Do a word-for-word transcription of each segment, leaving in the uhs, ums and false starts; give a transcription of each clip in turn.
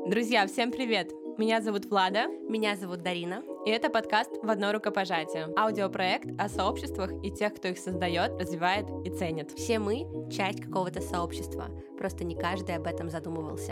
Друзья, всем привет! Меня зовут Влада. Меня зовут Дарина. И это подкаст «В одно рукопожатие». Аудиопроект о сообществах и тех, кто их создает, развивает и ценит. Все мы — часть какого-то сообщества, просто не каждый об этом задумывался.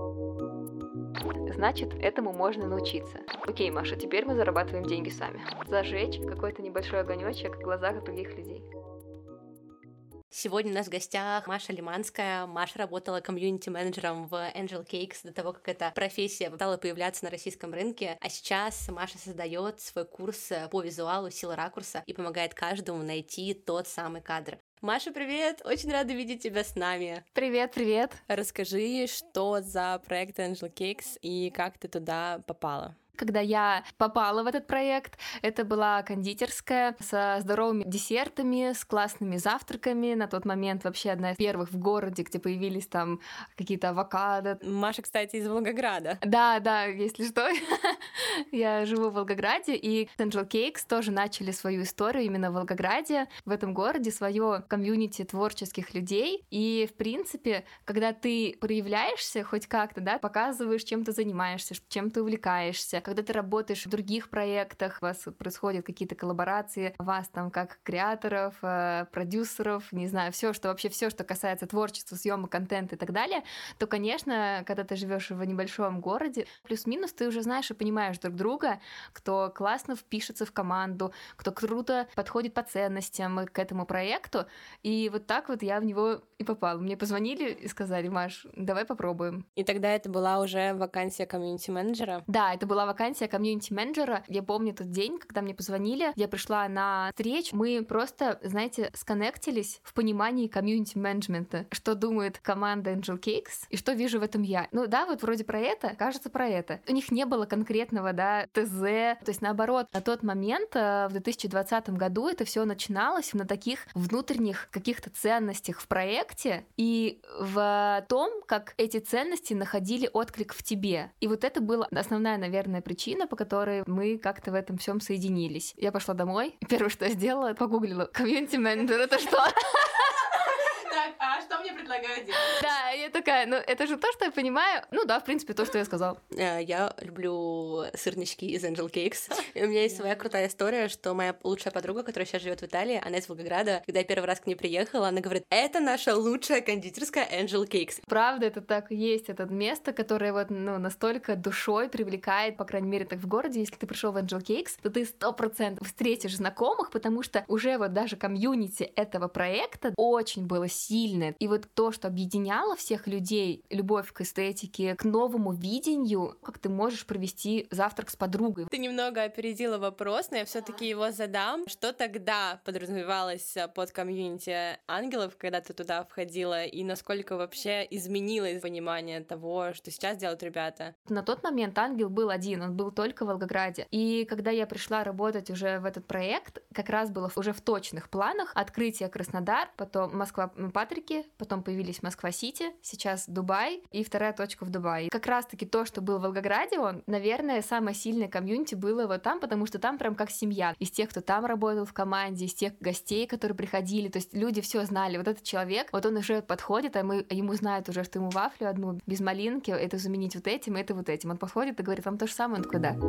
Значит, этому можно научиться. Окей, Маша, теперь мы зарабатываем деньги сами. Зажечь какой-то небольшой огонечек в глазах других людей. Сегодня у нас в гостях Маша Лиманская. Маша работала комьюнити-менеджером в Angel Cakes до того, как эта профессия стала появляться на российском рынке. А сейчас Маша создает свой курс по визуалу «Сила ракурса» и помогает каждому найти тот самый кадр. Маша, привет! Очень рада видеть тебя с нами. Привет, привет! Расскажи, что за проект Angel Cakes и как ты туда попала? Когда я попала в этот проект, это была кондитерская со здоровыми десертами, с классными завтраками. На тот момент вообще одна из первых в городе, где появились там какие-то авокадо. Маша, кстати, из Волгограда. Да, да, если что. Я живу в Волгограде, и Angel Cakes тоже начали свою историю именно в Волгограде, в этом городе, свое комьюнити творческих людей. И, в принципе, когда ты проявляешься хоть как-то, да, показываешь, чем ты занимаешься, чем ты увлекаешься, когда ты работаешь в других проектах, у вас происходят какие-то коллаборации, вас там как креаторов, продюсеров, не знаю, все, что вообще все, что касается творчества, съемок, контента и так далее, то, конечно, когда ты живешь в небольшом городе, плюс-минус ты уже знаешь и понимаешь друг друга, кто классно впишется в команду, кто круто подходит по ценностям к этому проекту. И вот так вот я в него и попала. Мне позвонили и сказали: Маш, давай попробуем. И тогда это была уже вакансия комьюнити-менеджера? Да, это была вакансия комьюнити-менеджера. Я помню тот день, когда мне позвонили, я пришла на встречу, мы просто, знаете, сконнектились в понимании комьюнити-менеджмента, что думает команда Angel Cakes и что вижу в этом я. Ну да, вот вроде про это, кажется, про это. У них не было конкретного, да, ТЗ, то есть наоборот, на тот момент, в две тысячи двадцатом году, это все начиналось на таких внутренних каких-то ценностях в проекте и в том, как эти ценности находили отклик в тебе. И вот это была основная, наверное, причина, по которой мы как-то в этом всем соединились. Я пошла домой, и первое, что я сделала, погуглила: комьюнити-менеджер — это что? Так, а что мне предлагают делать? Да, я такая, ну это же то, что я понимаю. Ну да, в принципе, то, что я сказала. Я люблю сырнички из Angel Cakes. И у меня есть своя крутая история, что моя лучшая подруга, которая сейчас живет в Италии, она из Волгограда, когда я первый раз к ней приехала, она говорит: это наша лучшая кондитерская Angel Cakes. Правда, это так и есть, это место, которое вот, ну, настолько душой привлекает, по крайней мере, так в городе. Если ты пришел в Angel Cakes, то ты сто процентов встретишь знакомых, потому что уже вот даже комьюнити этого проекта очень было сильное. И вот то, что объединяло всех людей, любовь к эстетике, к новому видению, как ты можешь провести завтрак с подругой. Ты немного опередила вопрос, но я все-таки его задам. Что тогда подразумевалось под комьюнити ангелов, когда ты туда входила, и насколько вообще изменилось понимание того, что сейчас делают ребята? На тот момент ангел был один, он был только в Волгограде. И когда я пришла работать уже в этот проект, как раз было уже в точных планах открытие Краснодар, потом Москва-Патрики, потом появились Москва-Сити, сейчас Дубай и вторая точка в Дубае. Как раз-таки то, что было в Волгограде, он, наверное, самое сильное комьюнити было вот там, потому что там прям как семья. Из тех, кто там работал в команде, из тех гостей, которые приходили, то есть люди все знали. Вот этот человек, вот он уже подходит, а мы, ему знают уже, что ему вафлю одну без малинки, это заменить вот этим, это вот этим. Он подходит и говорит: вам то же самое, он такой: да.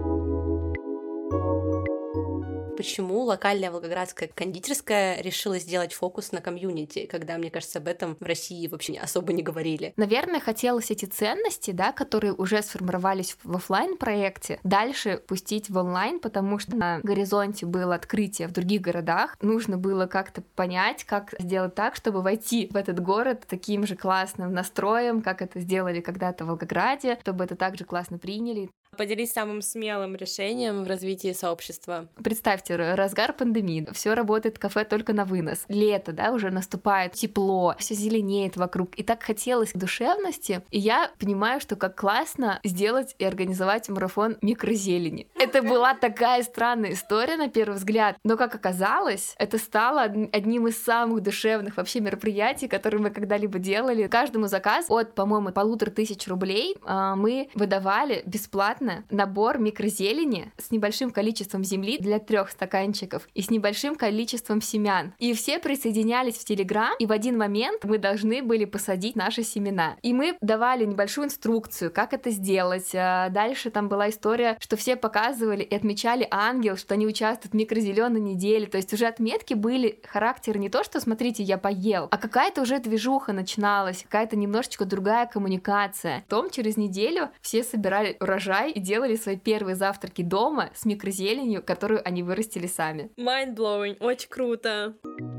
Почему локальная волгоградская кондитерская решила сделать фокус на комьюнити, когда, мне кажется, об этом в России вообще особо не говорили? Наверное, хотелось эти ценности, да, которые уже сформировались в офлайн-проекте, дальше пустить в онлайн, потому что на горизонте было открытие в других городах. Нужно было как-то понять, как сделать так, чтобы войти в этот город таким же классным настроем, как это сделали когда-то в Волгограде, чтобы это также классно приняли. Поделись самым смелым решением в развитии сообщества. Представьте, разгар пандемии, все работает, кафе только на вынос. Лето, да, уже наступает, тепло, все зеленеет вокруг. И так хотелось душевности. И я понимаю, что как классно сделать и организовать марафон микрозелени. Это была такая странная история на первый взгляд, но как оказалось, это стало одним из самых душевных вообще мероприятий, которые мы когда-либо делали. Каждому заказу от, по-моему, полутора тысяч рублей мы выдавали бесплатно банана, набор микрозелени с небольшим количеством земли для трех стаканчиков и с небольшим количеством семян. И все присоединялись в Телеграм, и в один момент мы должны были посадить наши семена. И мы давали небольшую инструкцию, как это сделать. Дальше там была история, что все показывали и отмечали ангел, что они участвуют в микрозеленой неделе. То есть уже отметки были характера не то, что смотрите, я поел, а какая-то уже движуха начиналась, какая-то немножечко другая коммуникация. Потом через неделю все собирали урожай и делали свои первые завтраки дома с микрозеленью, которую они вырастили сами. Mind-blowing, очень круто.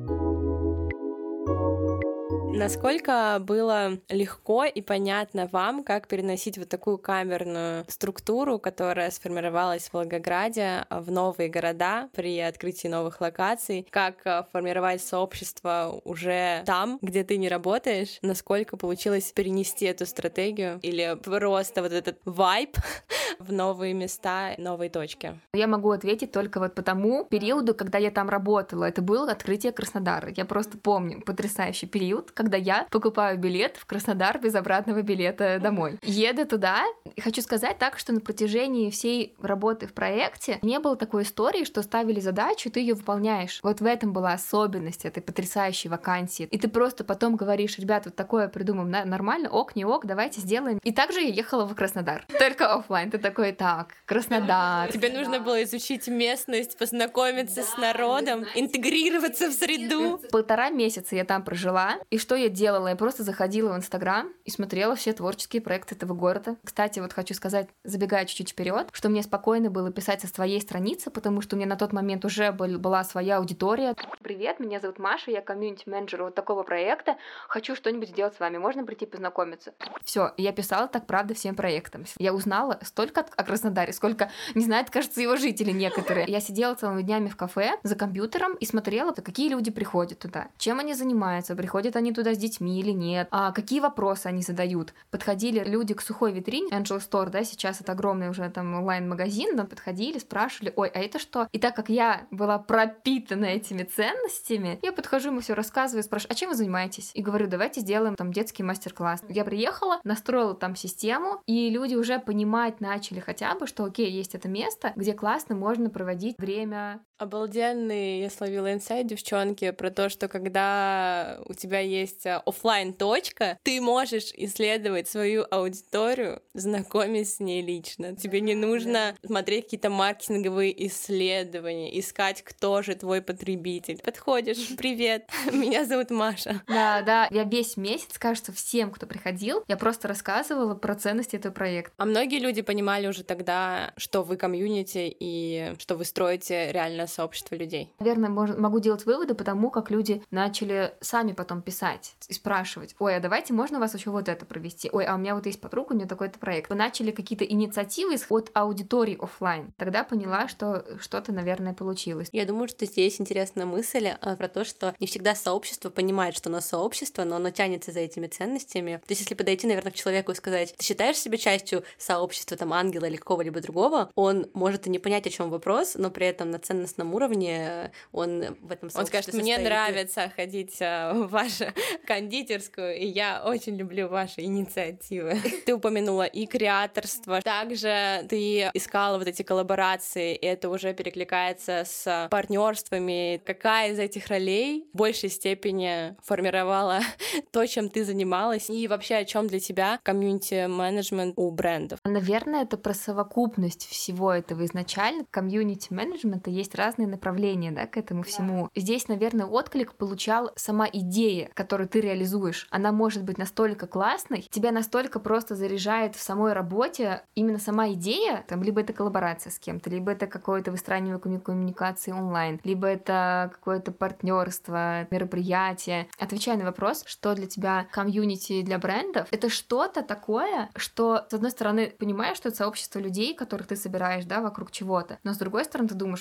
Насколько было легко и понятно вам, как переносить вот такую камерную структуру, которая сформировалась в Волгограде, в новые города при открытии новых локаций, как формировать сообщество уже там, где ты не работаешь, насколько получилось перенести эту стратегию или просто вот этот вайб в новые места, новые точки? Я могу ответить только вот по тому периоду, когда я там работала. Это было открытие Краснодара. Я просто помню потрясающий период, когда я покупаю билет в Краснодар без обратного билета домой. Еду туда, и хочу сказать так, что на протяжении всей работы в проекте не было такой истории, что ставили задачу, ты ее выполняешь. Вот в этом была особенность этой потрясающей вакансии. И ты просто потом говоришь: ребят, вот такое придумаем, нормально, ок, не ок, давайте сделаем. И также я ехала в Краснодар, только офлайн. Ты такой: так, Краснодар. Тебе нужно было изучить местность, познакомиться с народом, интегрироваться в среду. Полтора месяца я там прожила, и что я делала? Я просто заходила в Инстаграм и смотрела все творческие проекты этого города. Кстати, вот хочу сказать, забегая чуть-чуть вперед, что мне спокойно было писать со своей страницы, потому что у меня на тот момент уже был, была своя аудитория. Привет, меня зовут Маша, я комьюнити-менеджер вот такого проекта, хочу что-нибудь сделать с вами, можно прийти познакомиться? Все, я писала так, правда, всем проектам. Я узнала столько о Краснодаре, сколько, не знаю, кажется, его жители некоторые. Я сидела целыми днями в кафе за компьютером и смотрела, какие люди приходят туда, чем они занимаются, приходят они туда с детьми или нет, а какие вопросы они задают. Подходили люди к сухой витрине, Angel Store, да, сейчас это огромный уже там онлайн-магазин, там подходили, спрашивали: ой, а это что? И так как я была пропитана этими ценностями, я подхожу, ему все рассказываю, спрашиваю: а чем вы занимаетесь? И говорю: давайте сделаем там детский мастер-класс. Я приехала, настроила там систему, и люди уже понимать начали хотя бы, что окей, есть это место, где классно можно проводить время. Обалденный я словила инсайт, девчонки, про то, что когда у тебя есть офлайн точка, ты можешь исследовать свою аудиторию, знакомясь с ней лично. Тебе не нужно смотреть какие-то маркетинговые исследования, искать, кто же твой потребитель. Подходишь: привет, меня зовут Маша. Да, да, я весь месяц, кажется, всем, кто приходил, я просто рассказывала про ценности этого проекта. А многие люди понимали уже тогда, что вы комьюнити и что вы строите реально сообщество людей? Наверное, мож- могу делать выводы, потому как люди начали сами потом писать и спрашивать: ой, а давайте, можно у вас еще вот это провести? Ой, а у меня вот есть подруга, у нее такой-то проект. Вы начали какие-то инициативы от аудитории офлайн. Тогда поняла, что что-то, наверное, получилось. Я думаю, что здесь интересная мысль а, про то, что не всегда сообщество понимает, что оно сообщество, но оно тянется за этими ценностями. То есть если подойти, наверное, к человеку и сказать: ты считаешь себя частью сообщества, там, ангела или какого-либо другого, он может и не понять, о чем вопрос, но при этом на ценностном уровне он в этом сообществе Он скажет: мне состоит. нравится ходить в вашу кондитерскую, и я очень люблю ваши инициативы. Ты упомянула и креаторство, также ты искала вот эти коллаборации, и это уже перекликается с партнерствами. Какая из этих ролей в большей степени формировала то, чем ты занималась, и вообще о чем для тебя комьюнити-менеджмент у брендов? Наверное, это про совокупность всего этого изначально. Комьюнити-менеджмента есть разные направления, да, к этому всему. Да. Здесь, наверное, отклик получал сама идея, которую ты реализуешь. Она может быть настолько классной, тебя настолько просто заряжает в самой работе именно сама идея, там, либо это коллаборация с кем-то, либо это какое-то выстраивание коммуникации онлайн, либо это какое-то партнерство, мероприятие. Отвечая на вопрос, что для тебя комьюнити для брендов, это что-то такое, что, с одной стороны, понимаешь, что это сообщество людей, которых ты собираешь, да, вокруг чего-то, но с другой стороны, ты думаешь: господи,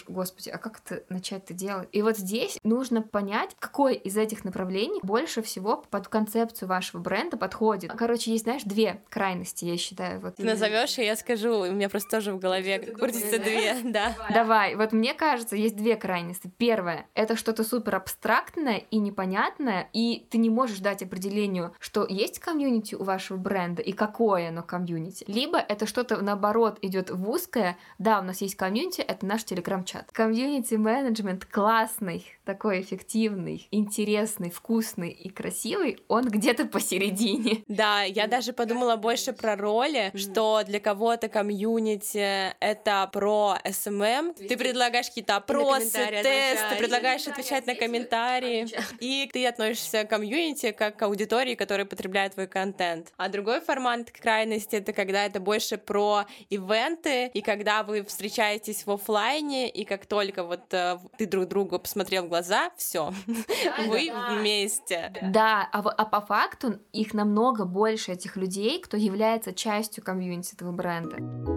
комьюнити, а как это начать-то делать? И вот здесь нужно понять, какое из этих направлений больше всего под концепцию вашего бренда подходит. Короче, есть, знаешь, две крайности, я считаю. Вот. Ты назовешь, и я скажу. У меня просто тоже в голове крутится две, да. Давай, вот мне кажется, есть две крайности. Первое — это что-то супер абстрактное и непонятное, и ты не можешь дать определению, что есть комьюнити у вашего бренда и какое оно комьюнити. Либо это что-то, наоборот, идет в узкое. Да, у нас есть комьюнити, это наш телеграм-чат. Комьюнити-менеджмент классный, такой эффективный, интересный, вкусный и красивый, он где-то посередине. Да, я даже подумала больше про роли, что для кого-то комьюнити — это про эс эм эм. Ты предлагаешь какие-то опросы, тесты, предлагаешь отвечать на комментарии, и ты относишься к комьюнити как к аудитории, которая потребляет твой контент. А другой формат крайности — это когда это больше про ивенты, и когда вы встречаетесь в офлайне, и как только вот э, ты друг другу посмотрел в глаза, все, вы вместе. Да, а, а по факту их намного больше, этих людей, кто является частью комьюнити этого бренда.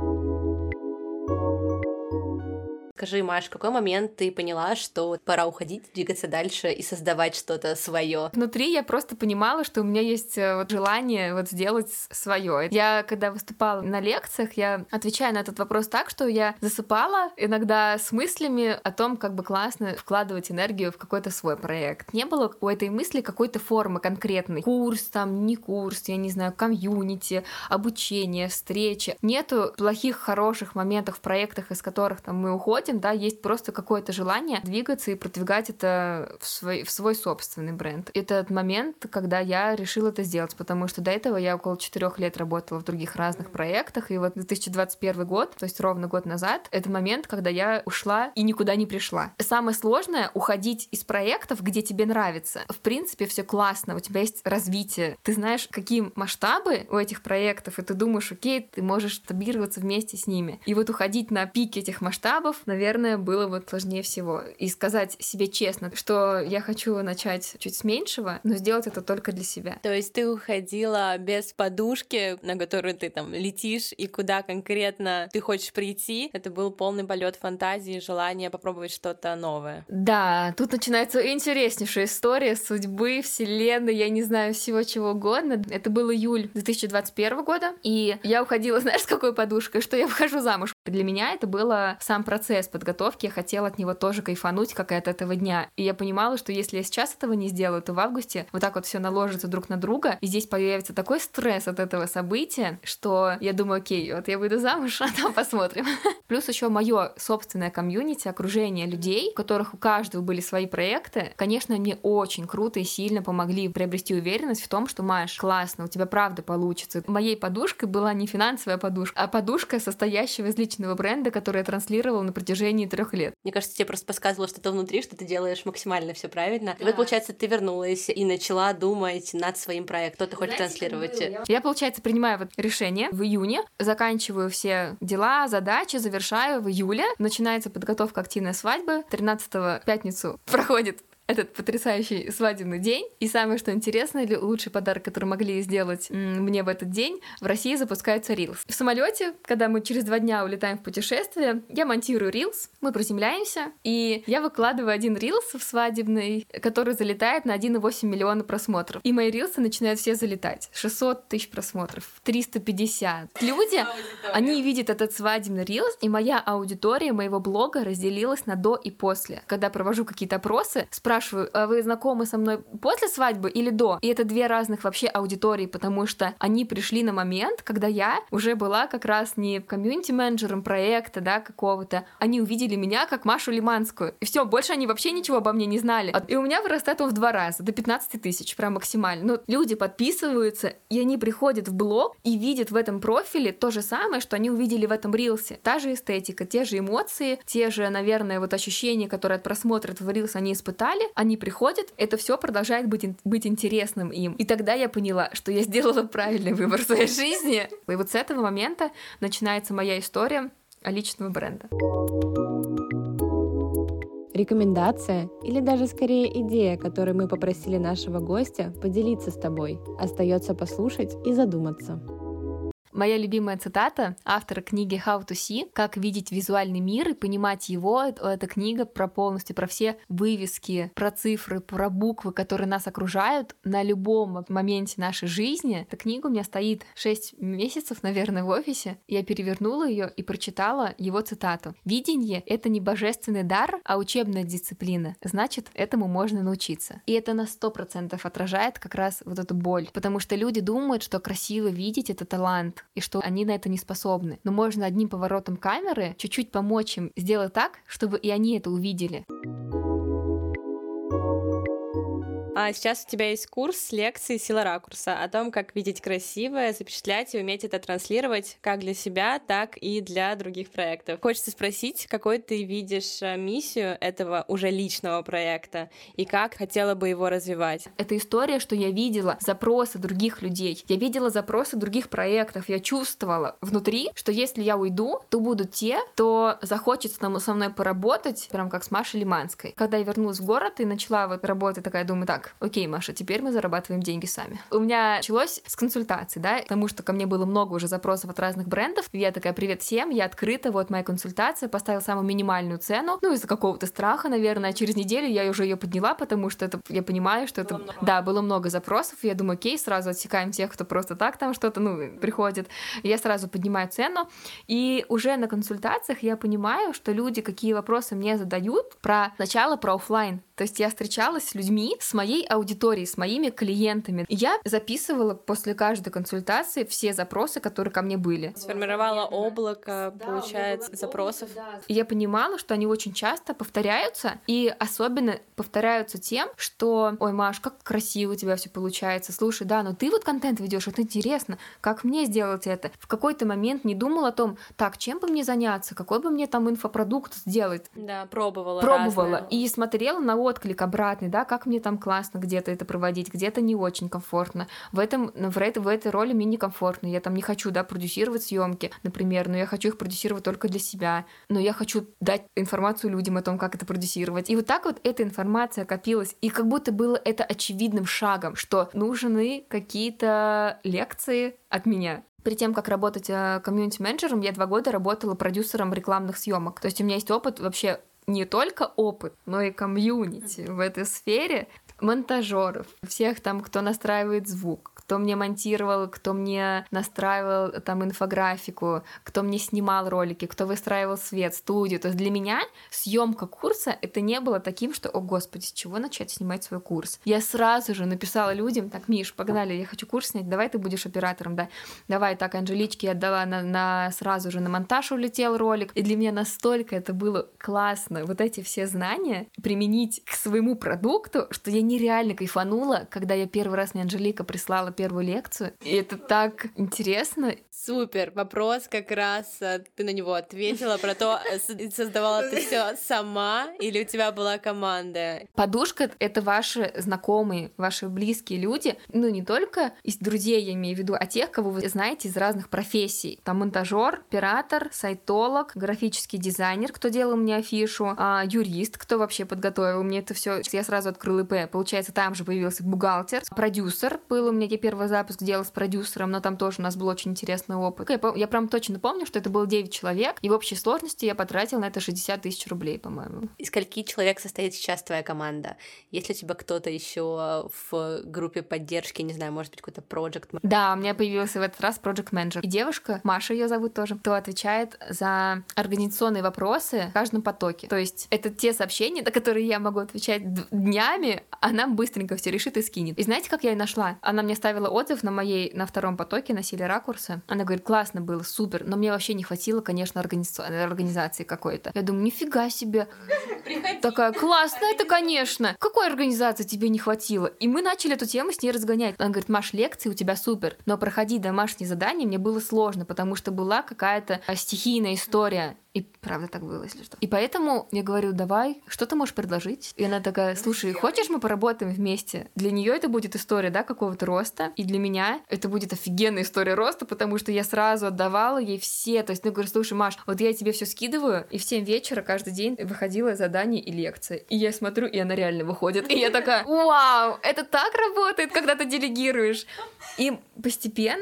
Скажи, Маш, в какой момент ты поняла, что пора уходить, двигаться дальше и создавать что-то свое? Внутри я просто понимала, что у меня есть вот желание вот сделать свое. Я, когда выступала на лекциях, я отвечаю на этот вопрос так, что я засыпала иногда с мыслями о том, как бы классно вкладывать энергию в какой-то свой проект. Не было у этой мысли какой-то формы конкретной. Курс, там, не курс, я не знаю, комьюнити, обучение, встречи. Нету плохих, хороших моментов в проектах, из которых там мы уходим, да, есть просто какое-то желание двигаться и продвигать это в свой, в свой собственный бренд. Это этот момент, когда я решила это сделать, потому что до этого я около четырех лет работала в других разных проектах, и вот две тысячи двадцать первый год, то есть ровно год назад, это момент, когда я ушла и никуда не пришла. Самое сложное — уходить из проектов, где тебе нравится. В принципе, все классно, у тебя есть развитие, ты знаешь, какие масштабы у этих проектов, и ты думаешь, окей, ты можешь стабилироваться вместе с ними. И вот уходить на пике этих масштабов, наверное, было вот сложнее всего. И сказать себе честно, что я хочу начать чуть с меньшего, но сделать это только для себя. То есть ты уходила без подушки, на которую ты там летишь, и куда конкретно ты хочешь прийти. Это был полный полет фантазии, желание попробовать что-то новое. Да, тут начинается интереснейшая история судьбы, вселенной, я не знаю, всего чего угодно. Это был июль две тысячи двадцать первого года, и я уходила, знаешь, с какой подушкой, что я выхожу замуж. Для меня это было сам процесс подготовки, я хотела от него тоже кайфануть, как и от этого дня. И я понимала, что если я сейчас этого не сделаю, то в августе вот так вот все наложится друг на друга, и здесь появится такой стресс от этого события, что я думаю, окей, вот я выйду замуж, а там посмотрим. Плюс еще мое собственное комьюнити, окружение людей, у которых у каждого были свои проекты, конечно, мне очень круто и сильно помогли приобрести уверенность в том, что, Маш, классно, у тебя правда получится. Моей подушкой была не финансовая подушка, а подушка, состоящая из личного бренда, который я транслировала на протяжении трех лет. Мне кажется, тебе просто подсказывало что-то внутри, что ты делаешь максимально все правильно. Да. И вот, получается, ты вернулась и начала думать над своим проектом, что ты хочешь транслировать. Я... я, получается, принимаю вот решение в июне, заканчиваю все дела, задачи, завершаю в июле, начинается подготовка активной свадьбы, тринадцатого в пятницу проходит этот потрясающий свадебный день. И самое, что интересно, или лучший подарок, который могли сделать м- мне в этот день, в России запускается Reels. В самолете, когда мы через два дня улетаем в путешествие, я монтирую Reels, мы приземляемся, и я выкладываю один Reels в свадебный, который залетает на один и восемь миллиона просмотров. И мои Reels начинают все залетать. шестьсот тысяч просмотров, триста пятьдесят. Люди, они видят этот свадебный Reels, и моя аудитория моего блога разделилась на до и после. Когда провожу какие-то опросы, спрашиваю, а вы знакомы со мной после свадьбы или до? И это две разных вообще аудитории, потому что они пришли на момент, когда я уже была как раз не комьюнити-менеджером проекта, да, какого-то. Они увидели меня как Машу Лиманскую. И все, больше они вообще ничего обо мне не знали. И у меня вырастает он в два раза, до пятнадцати тысяч, прям максимально. Ну, люди подписываются, и они приходят в блог и видят в этом профиле то же самое, что они увидели в этом рилсе. Та же эстетика, те же эмоции, те же, наверное, вот ощущения, которые от просмотра этого рилса они испытали, они приходят, это все продолжает быть, быть интересным им. И тогда я поняла, что я сделала правильный выбор в своей жизни. И вот с этого момента начинается моя история личного бренда. Рекомендация или даже скорее идея, которой мы попросили нашего гостя поделиться с тобой. Остается послушать и задуматься. Моя любимая цитата автора книги How to See «Как видеть визуальный мир и понимать его». Эта книга про полностью, про все вывески, про цифры, про буквы, которые нас окружают на любом моменте нашей жизни. Эта книга у меня стоит шесть месяцев, наверное, в офисе. Я перевернула ее и прочитала его цитату. «Видение — это не божественный дар, а учебная дисциплина. Значит, этому можно научиться». И это на сто процентов отражает как раз вот эту боль. Потому что люди думают, что красиво видеть — это талант, и что они на это не способны. Но можно одним поворотом камеры чуть-чуть помочь им сделать так, чтобы и они это увидели. А сейчас у тебя есть курс лекции «Сила ракурса» о том, как видеть красивое, запечатлять и уметь это транслировать как для себя, так и для других проектов. Хочется спросить, какой ты видишь миссию этого уже личного проекта и как хотела бы его развивать? Это история, что я видела запросы других людей, я видела запросы других проектов, я чувствовала внутри, что если я уйду, то будут те, кто захочет со мной поработать, прям как с Машей Лиманской. Когда я вернулась в город и начала вот работать, такая думаю, так, окей, Маша, теперь мы зарабатываем деньги сами. У меня началось с консультаций, да, потому что ко мне было много уже запросов от разных брендов. Я такая, привет всем, я открыта, вот моя консультация, поставила самую минимальную цену, ну, из-за какого-то страха, наверное. А через неделю я уже ее подняла, потому что это, я понимаю, что это... Было да, было много запросов, и я думаю, окей, сразу отсекаем тех, кто просто так там что-то, ну, приходит. Я сразу поднимаю цену, и уже на консультациях я понимаю, что люди какие вопросы мне задают про сначала про офлайн. То есть я встречалась с людьми, с моей аудиторией, с моими клиентами. Я записывала после каждой консультации все запросы, которые ко мне были. Сформировала облако, да, получается, облако, запросов. Да. И я понимала, что они очень часто повторяются, и особенно повторяются тем, что «Ой, Маш, как красиво у тебя все получается. Слушай, да, но ты вот контент ведешь, это интересно. Как мне сделать это?» В какой-то момент не думала о том, так, чем бы мне заняться, какой бы мне там инфопродукт сделать. Да, пробовала. Пробовала. Разное. И смотрела на отклик обратный, да, как мне там классно где-то это проводить, где-то не очень комфортно. В этом, в, этой, в этой роли мне некомфортно. Я там не хочу, да, продюсировать съемки, например, но я хочу их продюсировать только для себя. Но я хочу дать информацию людям о том, как это продюсировать. И вот так вот эта информация копилась. И как будто было это очевидным шагом, что нужны какие-то лекции от меня. Перед тем, как работать комьюнити-менеджером, я два года работала продюсером рекламных съемок. То есть у меня есть опыт вообще не только опыт, но и комьюнити в этой сфере, монтажеров, всех там, кто настраивает звук, кто мне монтировал, кто мне настраивал там инфографику, кто мне снимал ролики, кто выстраивал свет, студию. То есть для меня съемка курса это не было таким, что, о господи, с чего начать снимать свой курс. Я сразу же написала людям, так, Миш, погнали, я хочу курс снять, давай ты будешь оператором, да, давай, так, Анжеличке я отдала на, на сразу же на монтаж улетел ролик, и для меня настолько это было классно, вот эти все знания применить к своему продукту, что я нереально кайфанула, когда я первый раз, мне Анжелика прислала первую лекцию, и это так интересно. Супер, вопрос как раз, ты на него ответила, про то, создавала ты все сама или у тебя была команда? Подушка — это ваши знакомые, ваши близкие люди, ну не только из друзей, я имею в виду, а тех, кого вы знаете из разных профессий. Там монтажер, оператор, сайтолог, графический дизайнер, кто делал мне афишу, а, юрист, кто вообще подготовил мне это все. Я сразу открыла ИП, получается, там же появился бухгалтер, продюсер был у меня, я первый запуск делала с продюсером, но там тоже у нас был очень интересный опыт. Я, я прям точно помню, что это было девять человек, и в общей сложности я потратила на это шестьдесят тысяч рублей, по-моему. Из скольки человек состоит сейчас твоя команда? Есть ли у тебя кто-то еще в группе поддержки, не знаю, может быть, какой-то проект? Да, у меня появился в этот раз проект менеджер. И девушка, Маша ее зовут тоже, кто отвечает за организационные вопросы в каждом потоке. То есть это те сообщения, на которые я могу отвечать днями, она быстренько все решит и скинет. И знаете, как я ее нашла? Она мне ставила отзыв на моей, на втором потоке, на силе ракурса. Она говорит, классно было, супер, но мне вообще не хватило, конечно, организации, организации какой-то. Я думаю, нифига себе. Приходи. Такая, классно, это, конечно. Какой организации тебе не хватило? И мы начали эту тему с ней разгонять. Она говорит, Маш, лекции у тебя супер, но проходить домашние задания мне было сложно, потому что была какая-то стихийная история. И правда так было, если что. И поэтому я говорю, давай, что ты можешь предложить? И она такая, слушай, хочешь, мы поработаем вместе? Для нее это будет история, да, какого-то роста, и для меня это будет офигенная история роста, потому что я сразу отдавала ей все. То есть, ну, я говорю, слушай, Маш, вот я тебе все скидываю, и в семь вечера каждый день выходила задание и лекция. И я смотрю, и она реально выходит. И я такая, вау, это так работает, когда ты делегируешь. И постепенно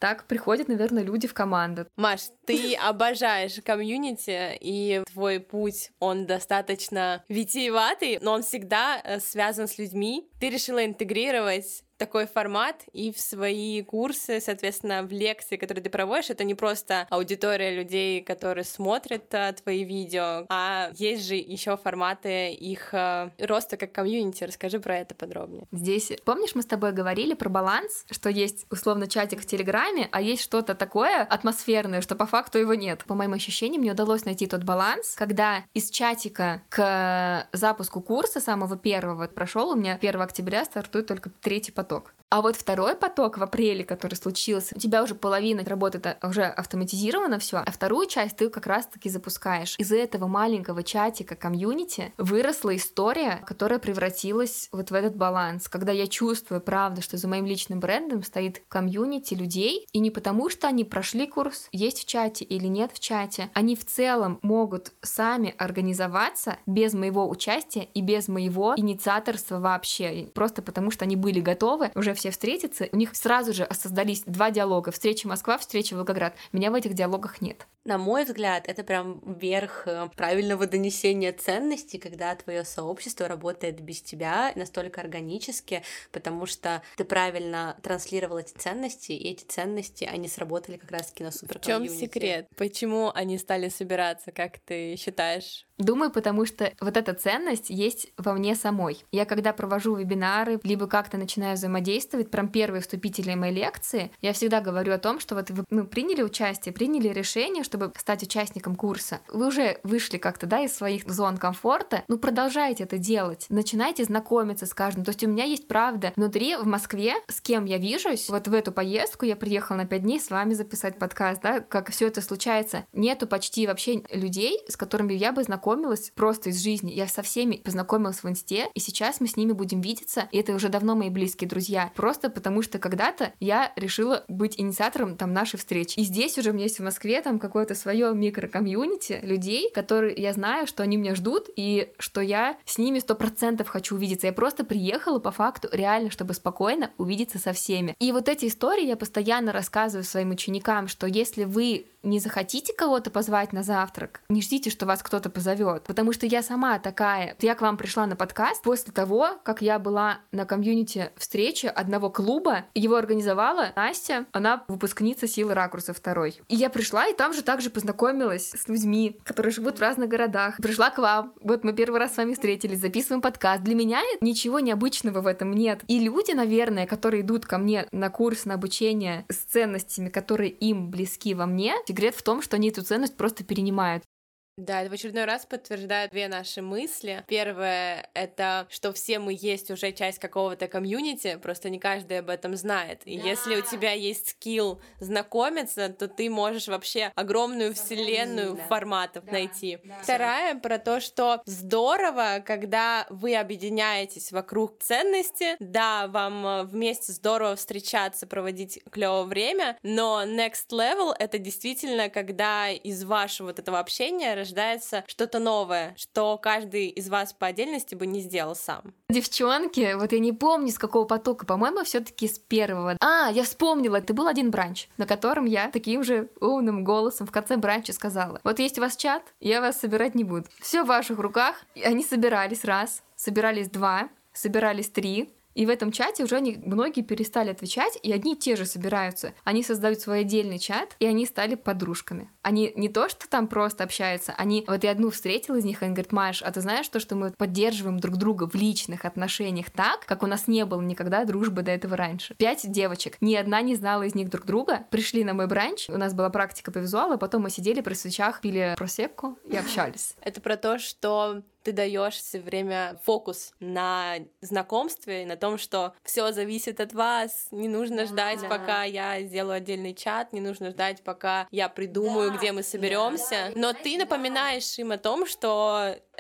так приходят, наверное, люди в команду. Маш, ты обожаешь комьюнити, и твой путь, он достаточно витиеватый, но он всегда э, связан с людьми. Ты решила интегрировать такой формат и в свои курсы, соответственно, в лекции, которые ты проводишь, это не просто аудитория людей, которые смотрят а, твои видео, а есть же еще форматы их а, роста как комьюнити. Расскажи про это подробнее. Здесь, помнишь, мы с тобой говорили про баланс, что есть условно чатик в Телеграме, а есть что-то такое атмосферное, что по факту его нет. По моим ощущениям, мне удалось найти тот баланс, когда из чатика к запуску курса самого первого прошел, у меня первого октября стартует только третий поток. А вот второй поток в апреле, который случился, у тебя уже половина работы уже автоматизировано все, а вторую часть ты как раз-таки запускаешь. Из этого маленького чатика комьюнити выросла история, которая превратилась вот в этот баланс, когда я чувствую, правда, что за моим личным брендом стоит комьюнити людей, и не потому, что они прошли курс, есть в чате или нет в чате, они в целом могут сами организоваться без моего участия и без моего инициаторства вообще, просто потому что они были готовы уже все встретиться, у них сразу же создались два диалога: встреча Москва, встреча Волгоград. Меня в этих диалогах нет. На мой взгляд, это прям верх правильного донесения ценностей, когда твое сообщество работает без тебя настолько органически, потому что ты правильно транслировал эти ценности, и эти ценности, они сработали как раз-таки на суперкомьюнити. В чем секрет? Почему они стали собираться, как ты считаешь? Думаю, потому что вот эта ценность есть во мне самой. Я когда провожу вебинары, либо как-то начинаю взаимодействовать, прям первые вступительные мои лекции, я всегда говорю о том, что вот вы ну, приняли участие, приняли решение, чтобы стать участником курса. Вы уже вышли как-то, да, из своих зон комфорта, ну продолжайте это делать, начинайте знакомиться с каждым. То есть у меня есть правда внутри, в Москве, с кем я вижусь. Вот в эту поездку я приехала на пять дней с вами записать подкаст, да, как все это случается. Нету почти вообще людей, с которыми я бы знакомилась просто из жизни. Я со всеми познакомилась в инсте, и сейчас мы с ними будем видеться, и это уже давно мои близкие друзья. Просто потому что когда-то я решила быть инициатором там нашей встречи. И здесь уже у меня есть в Москве там какое-то свое микрокомьюнити людей, которые я знаю, что они меня ждут, и что я с ними сто процентов хочу увидеться. Я просто приехала по факту реально, чтобы спокойно увидеться со всеми. И вот эти истории я постоянно рассказываю своим ученикам, что если вы не захотите кого-то позвать на завтрак, не ждите, что вас кто-то позовет, потому что я сама такая. Я к вам пришла на подкаст после того, как я была на комьюнити встрече одного клуба, его организовала Настя, она выпускница «Силы ракурса» второй. И я пришла, и там же также познакомилась с людьми, которые живут в разных городах. Пришла к вам, вот мы первый раз с вами встретились, записываем подкаст. Для меня ничего необычного в этом нет. И люди, наверное, которые идут ко мне на курс, на обучение с ценностями, которые им близки во мне, секрет в том, что они эту ценность просто перенимают. Да, это в очередной раз подтверждает две наши мысли. Первое — это что все мы есть уже часть какого-то комьюнити, просто не каждый об этом знает. И да. Если у тебя есть скилл знакомиться, то ты можешь вообще огромную вселенную да. форматов да. найти. Да. Вторая — про то, что здорово, когда вы объединяетесь вокруг ценности. Да, вам вместе здорово встречаться, проводить клёвое время, но next level — это действительно, когда из вашего вот этого общения рождается что-то новое, что каждый из вас по отдельности бы не сделал сам. Девчонки, вот я не помню, с какого потока, по-моему, все-таки с первого. А, я вспомнила, это был один бранч, на котором я таким же умным голосом в конце бранча сказала: вот есть у вас чат, я вас собирать не буду. Все в ваших руках. И они собирались раз, собирались два, собирались три. И в этом чате уже они, многие перестали отвечать, и одни и те же собираются. Они создают свой отдельный чат, и они стали подружками. Они не то, что там просто общаются, они... Вот я одну встретила из них, и она говорит: Маш, а ты знаешь то, что мы поддерживаем друг друга в личных отношениях так, как у нас не было никогда дружбы до этого раньше. Пять девочек, ни одна не знала из них друг друга, пришли на мой бранч, у нас была практика по визуалу, потом мы сидели при свечах, пили просекку и общались. Это про то, что ты даешь все время фокус на знакомстве и на том, что все зависит от вас, не нужно ждать, да. пока я сделаю отдельный чат, не нужно ждать, пока я придумаю, да. где мы соберемся. Но ты напоминаешь им о том, что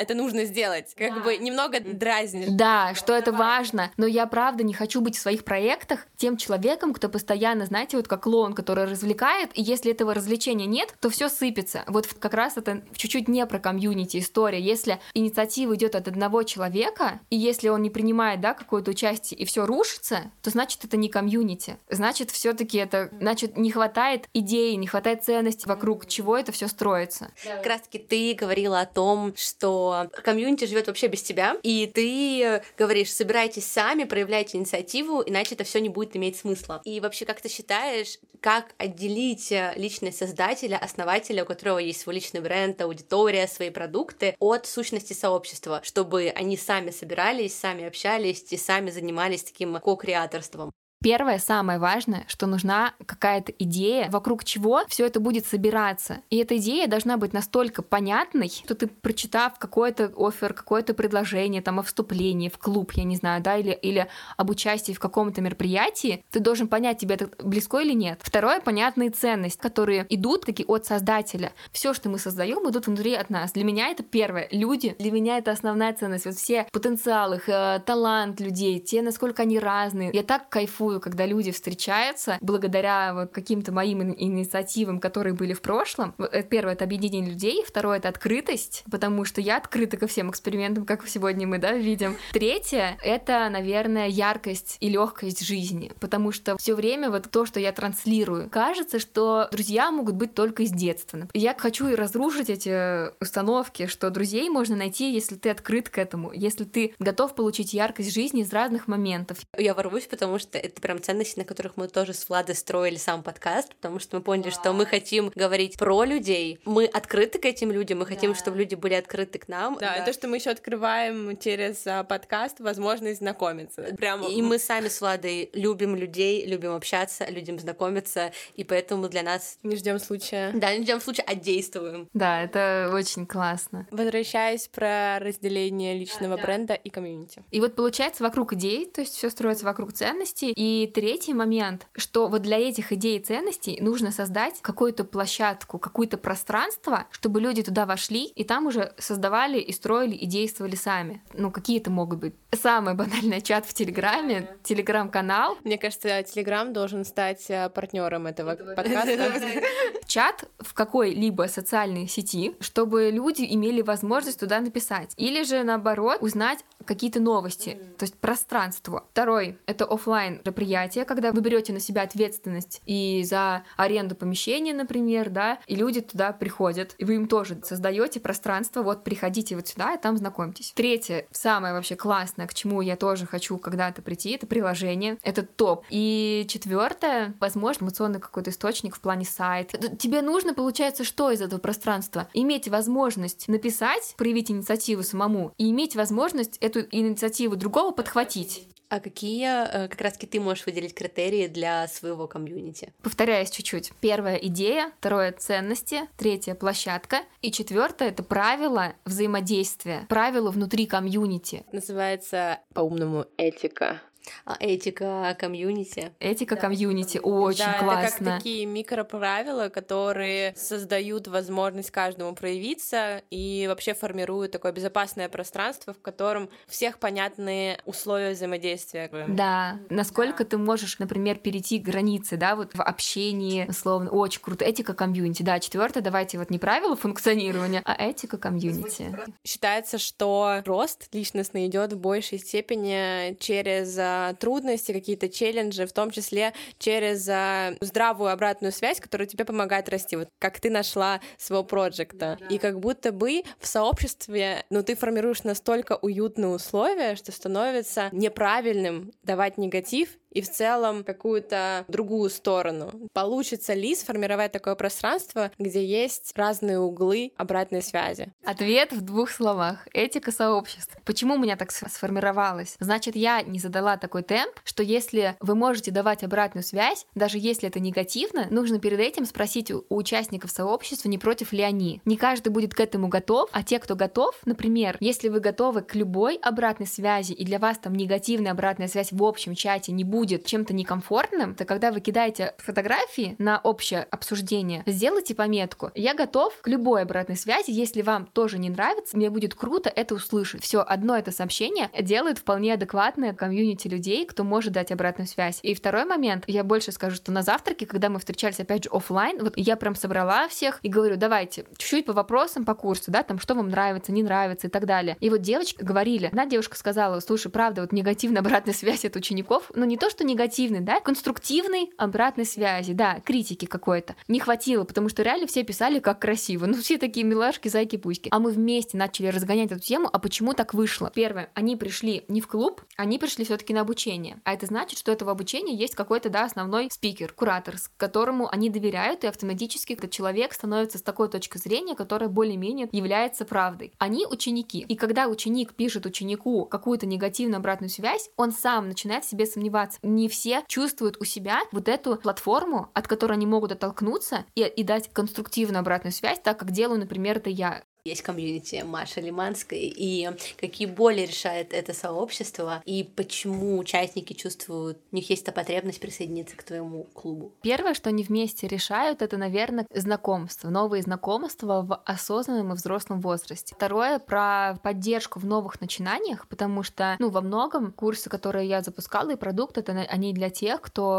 это нужно сделать. Как да. бы немного дразнишь. Да, что это важно, но я правда не хочу быть в своих проектах тем человеком, кто постоянно, знаете, вот как клоун, который развлекает, и если этого развлечения нет, то все сыпется. Вот как раз это чуть-чуть не про комьюнити история. Если инициатива идет от одного человека, и если он не принимает, да, какое-то участие, и все рушится, то значит это не комьюнити. Значит, все-таки это, значит, не хватает идеи, не хватает ценностей, вокруг чего это все строится. Как раз-таки ты говорила о том, что комьюнити живет вообще без тебя, и ты говоришь, собирайтесь сами, проявляйте инициативу, иначе это все не будет иметь смысла. И вообще, как ты считаешь, как отделить личность создателя, основателя, у которого есть свой личный бренд, аудитория, свои продукты, от сущности сообщества, чтобы они сами собирались, сами общались и сами занимались таким ко-креаторством? Первое, самое важное, что нужна какая-то идея, вокруг чего все это будет собираться. И эта идея должна быть настолько понятной, что ты, прочитав какой-то оффер, какое-то предложение там о вступлении в клуб, я не знаю, да, или, или об участии в каком-то мероприятии, ты должен понять, тебе это близко или нет. Второе, понятные ценности, которые идут таки от создателя. Все, что мы создаем, идут внутри от нас. Для меня это первое. Люди, для меня это основная ценность. Вот все потенциалы, э, талант людей, те, насколько они разные. Я так кайфую, когда люди встречаются благодаря вот каким-то моим инициативам, которые были в прошлом. Первое — это объединение людей, второе — это открытость, потому что я открыта ко всем экспериментам, как сегодня мы, да, видим. Третье — это, наверное, яркость и легкость жизни, потому что все время вот то, что я транслирую, кажется, что друзья могут быть только из детства. Я хочу и разрушить эти установки, что друзей можно найти, если ты открыт к этому, если ты готов получить яркость жизни из разных моментов. Я ворвусь, потому что это прям ценности, на которых мы тоже с Владой строили сам подкаст, потому что мы поняли, что мы хотим говорить про людей, мы открыты к этим людям, мы хотим, да. чтобы люди были открыты к нам. Да, да. И то, что мы еще открываем через а, подкаст, возможность знакомиться. Прямо. И мы сами с Владой любим людей, любим общаться, любим знакомиться, и поэтому для нас... Не ждем случая. Да, не ждем случая, а действуем. Да, это очень классно. Возвращаясь про разделение личного а, да. бренда и комьюнити. И вот получается вокруг идей, то есть все строится вокруг ценностей. И третий момент, что вот для этих идей и ценностей нужно создать какую-то площадку, какое-то пространство, чтобы люди туда вошли и там уже создавали и строили и действовали сами. Ну, какие-то могут быть. Самый банальный чат в Телеграме, Телеграм-канал. Мне кажется, Телеграм должен стать партнером этого подкаста. Чат в какой-либо социальной сети, чтобы люди имели возможность туда написать. Или же, наоборот, узнать какие-то новости, то есть пространство. Второй — это офлайн мероприятие, когда вы берете на себя ответственность и за аренду помещения, например, да, и люди туда приходят, и вы им тоже создаете пространство, вот приходите вот сюда и там знакомьтесь. Третье, самое вообще классное, к чему я тоже хочу когда-то прийти, это приложение, это топ. И четвертое, возможно, информационный какой-то источник в плане сайт. Тебе нужно, получается, что из этого пространства? Иметь возможность написать, проявить инициативу самому и иметь возможность эту инициативу другого подхватить. А какие как раз-таки ты можешь выделить критерии для своего комьюнити? Повторяюсь чуть-чуть. Первая — идея, второе — ценности, третье — площадка, и четвертое — это правила взаимодействия, правила внутри комьюнити. Называется по-умному этика. А этика комьюнити. Этика да. комьюнити, очень да, классно. Это как такие микроправила, которые создают возможность каждому проявиться и вообще формируют такое безопасное пространство, в котором у всех понятные условия взаимодействия. Да, насколько да. ты можешь, например, перейти границы, да, вот в общении, условно, очень круто. Этика комьюнити, да. Четвертое, давайте вот не правила функционирования, а этика комьюнити. Считается, что рост личностный идет в большей степени через трудности, какие-то челленджи, в том числе через здравую обратную связь, которая тебе помогает расти. Вот как ты нашла своего проекта. И как будто бы в сообществе, ну, ты формируешь настолько уютные условия, что становится неправильным давать негатив и в целом какую-то другую сторону. Получится ли сформировать такое пространство, где есть разные углы обратной связи? Ответ в двух словах. Этика сообщества. Почему у меня так сформировалось? Значит, я не задала такой темп, что если вы можете давать обратную связь, даже если это негативно, нужно перед этим спросить у участников сообщества, не против ли они. Не каждый будет к этому готов, а те, кто готов, например, если вы готовы к любой обратной связи, и для вас там негативная обратная связь в общем чате не будет будет чем-то некомфортным, то когда вы кидаете фотографии на общее обсуждение, сделайте пометку. Я готов к любой обратной связи, если вам тоже не нравится, мне будет круто это услышать. Все, одно это сообщение делает вполне адекватное комьюнити людей, кто может дать обратную связь. И второй момент, я больше скажу, что на завтраке, когда мы встречались опять же офлайн, вот я прям собрала всех и говорю, давайте чуть-чуть по вопросам по курсу, да, там, что вам нравится, не нравится и так далее. И вот девочки говорили, одна девушка сказала, слушай, правда, вот негативная обратная связь от учеников, ну не то, что негативный, да, конструктивной обратной связи, да, критики какой-то. Не хватило, потому что реально все писали, как красиво, ну все такие милашки, зайки-пуськи. А мы вместе начали разгонять эту тему, а почему так вышло? Первое, они пришли не в клуб, они пришли все-таки на обучение. А это значит, что этого обучения есть какой-то, да, основной спикер, куратор, с которому они доверяют, и автоматически этот человек становится с такой точки зрения, которая более-менее является правдой. Они ученики. И когда ученик пишет ученику какую-то негативную обратную связь, он сам начинает в себе сомневаться. Не все чувствуют у себя вот эту платформу, от которой они могут оттолкнуться и, и дать конструктивную обратную связь, так как делаю, например, это я. Есть комьюнити Маши Лиманской, и какие боли решает это сообщество, и почему участники чувствуют, у них есть эта потребность присоединиться к твоему клубу? Первое, что они вместе решают, это, наверное, знакомства, новые знакомства в осознанном и взрослом возрасте. Второе, про поддержку в новых начинаниях, потому что, ну, во многом курсы, которые я запускала, и продукт, это они для тех,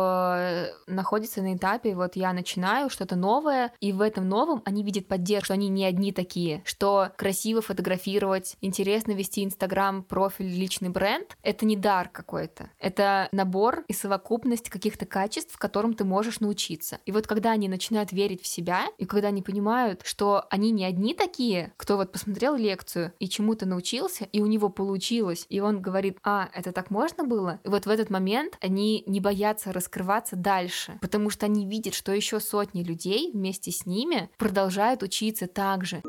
кто находится на этапе, вот я начинаю что-то новое, и в этом новом они видят поддержку, что они не одни такие, что красиво фотографировать, интересно вести Инстаграм, профиль, личный бренд — это не дар какой-то. Это набор и совокупность каких-то качеств, которым ты можешь научиться. И вот когда они начинают верить в себя, и когда они понимают, что они не одни такие, кто вот посмотрел лекцию и чему-то научился, и у него получилось, и он говорит, а, это так можно было? И вот в этот момент они не боятся раскрываться дальше, потому что они видят, что еще сотни людей вместе с ними продолжают учиться так же.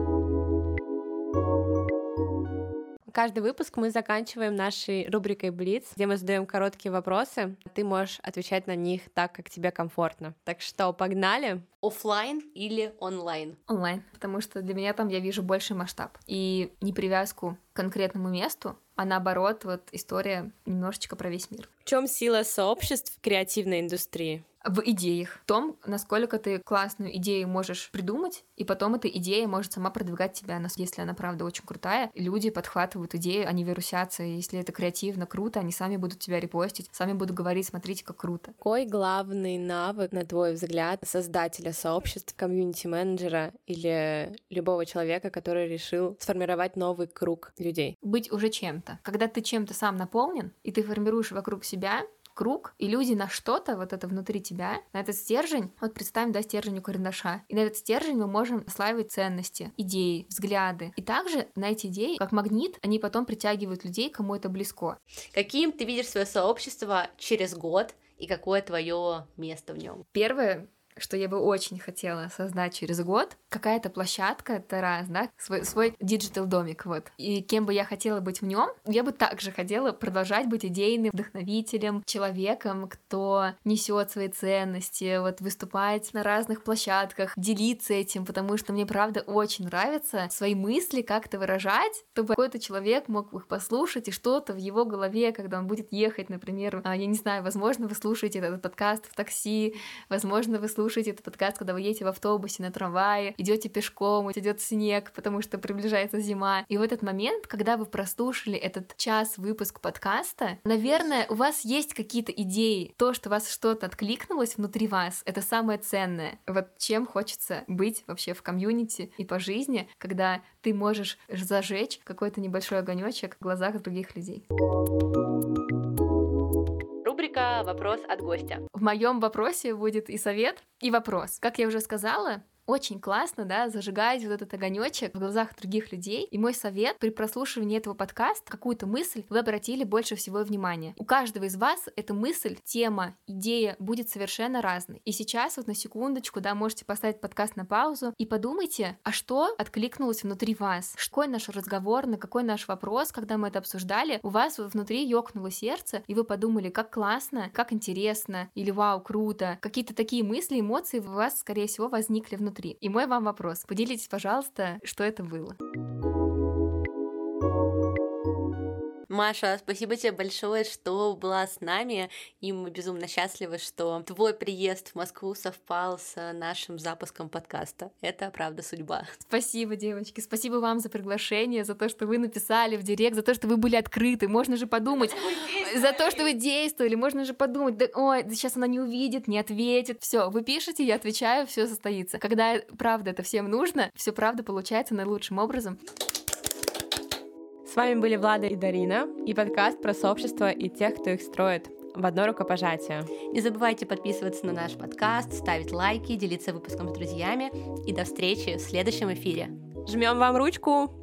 Каждый выпуск мы заканчиваем нашей рубрикой Блиц, где мы задаем короткие вопросы. Ты можешь отвечать на них так, как тебе комфортно. Так что, погнали! Оффлайн или онлайн? Онлайн, потому что для меня там я вижу больший масштаб. И не привязку к конкретному месту, а наоборот, вот история немножечко про весь мир. В чем сила сообществ в креативной индустрии? В идеях, в том, насколько ты классную идею можешь придумать, и потом эта идея может сама продвигать тебя, если она, правда, очень крутая. Люди подхватывают идею, они вирусятся, и если это креативно, круто, они сами будут тебя репостить, сами будут говорить, смотрите, как круто. Какой главный навык, на твой взгляд, создателя сообществ, комьюнити-менеджера или любого человека, который решил сформировать новый круг людей? Быть уже чем-то. Когда ты чем-то сам наполнен, и ты формируешь вокруг себя круг, иллюзий на что-то, вот это внутри тебя, на этот стержень, вот представим, да, стержень у карандаша, и на этот стержень мы можем наслаивать ценности, идеи, взгляды. И также на эти идеи, как магнит, они потом притягивают людей, кому это близко. Каким ты видишь свое сообщество через год, и какое твое место в нем? Первое, что я бы очень хотела создать через год, какая-то площадка, это раз, да, свой, свой диджитал-домик, вот. И кем бы я хотела быть в нем, я бы также хотела продолжать быть идейным вдохновителем, человеком, кто несет свои ценности, вот, выступать на разных площадках, делиться этим, потому что мне, правда, очень нравится свои мысли как-то выражать, чтобы какой-то человек мог их послушать, и что-то в его голове, когда он будет ехать, например, я не знаю, возможно, вы слушаете этот подкаст в такси, возможно, вы слушаете слушаете этот подкаст, когда вы едете в автобусе, на трамвае, идете пешком, идет снег, потому что приближается зима. И в этот момент, когда вы прослушали этот час выпуск подкаста, наверное, у вас есть какие-то идеи. То, что у вас что-то откликнулось внутри вас, это самое ценное. Вот чем хочется быть вообще в комьюнити и по жизни, когда ты можешь зажечь какой-то небольшой огонечек в глазах других людей. Рубрика «Вопрос от гостя». В моем вопросе будет и совет, и вопрос. Как я уже сказала, очень классно, да, зажигать вот этот огонечек в глазах других людей. И мой совет: при прослушивании этого подкаста какую-то мысль вы обратили больше всего внимания. У каждого из вас эта мысль, тема, идея будет совершенно разной. И сейчас вот на секундочку, да, можете поставить подкаст на паузу и подумайте, а что откликнулось внутри вас? Какой наш разговор, на какой наш вопрос, когда мы это обсуждали, у вас внутри ёкнуло сердце, и вы подумали, как классно, как интересно, или вау, круто. Какие-то такие мысли, эмоции у вас, скорее всего, возникли внутри. И мой вам вопрос. Поделитесь, пожалуйста, что это было. Маша, спасибо тебе большое, что была с нами, и мы безумно счастливы, что твой приезд в Москву совпал с нашим запуском подкаста. Это, правда, судьба. Спасибо, девочки, спасибо вам за приглашение, за то, что вы написали в директ, за то, что вы были открыты. Можно же подумать, за то, что вы действовали, можно же подумать, да, ой, сейчас она не увидит, не ответит. Все, вы пишете, я отвечаю, все состоится. Когда, правда, это всем нужно, все правда получается наилучшим образом. С вами были Влада и Дарина, и подкаст про сообщества и тех, кто их строит. В одно рукопожатие. Не забывайте подписываться на наш подкаст, ставить лайки, делиться выпуском с друзьями. И до встречи в следующем эфире. Жмем вам ручку!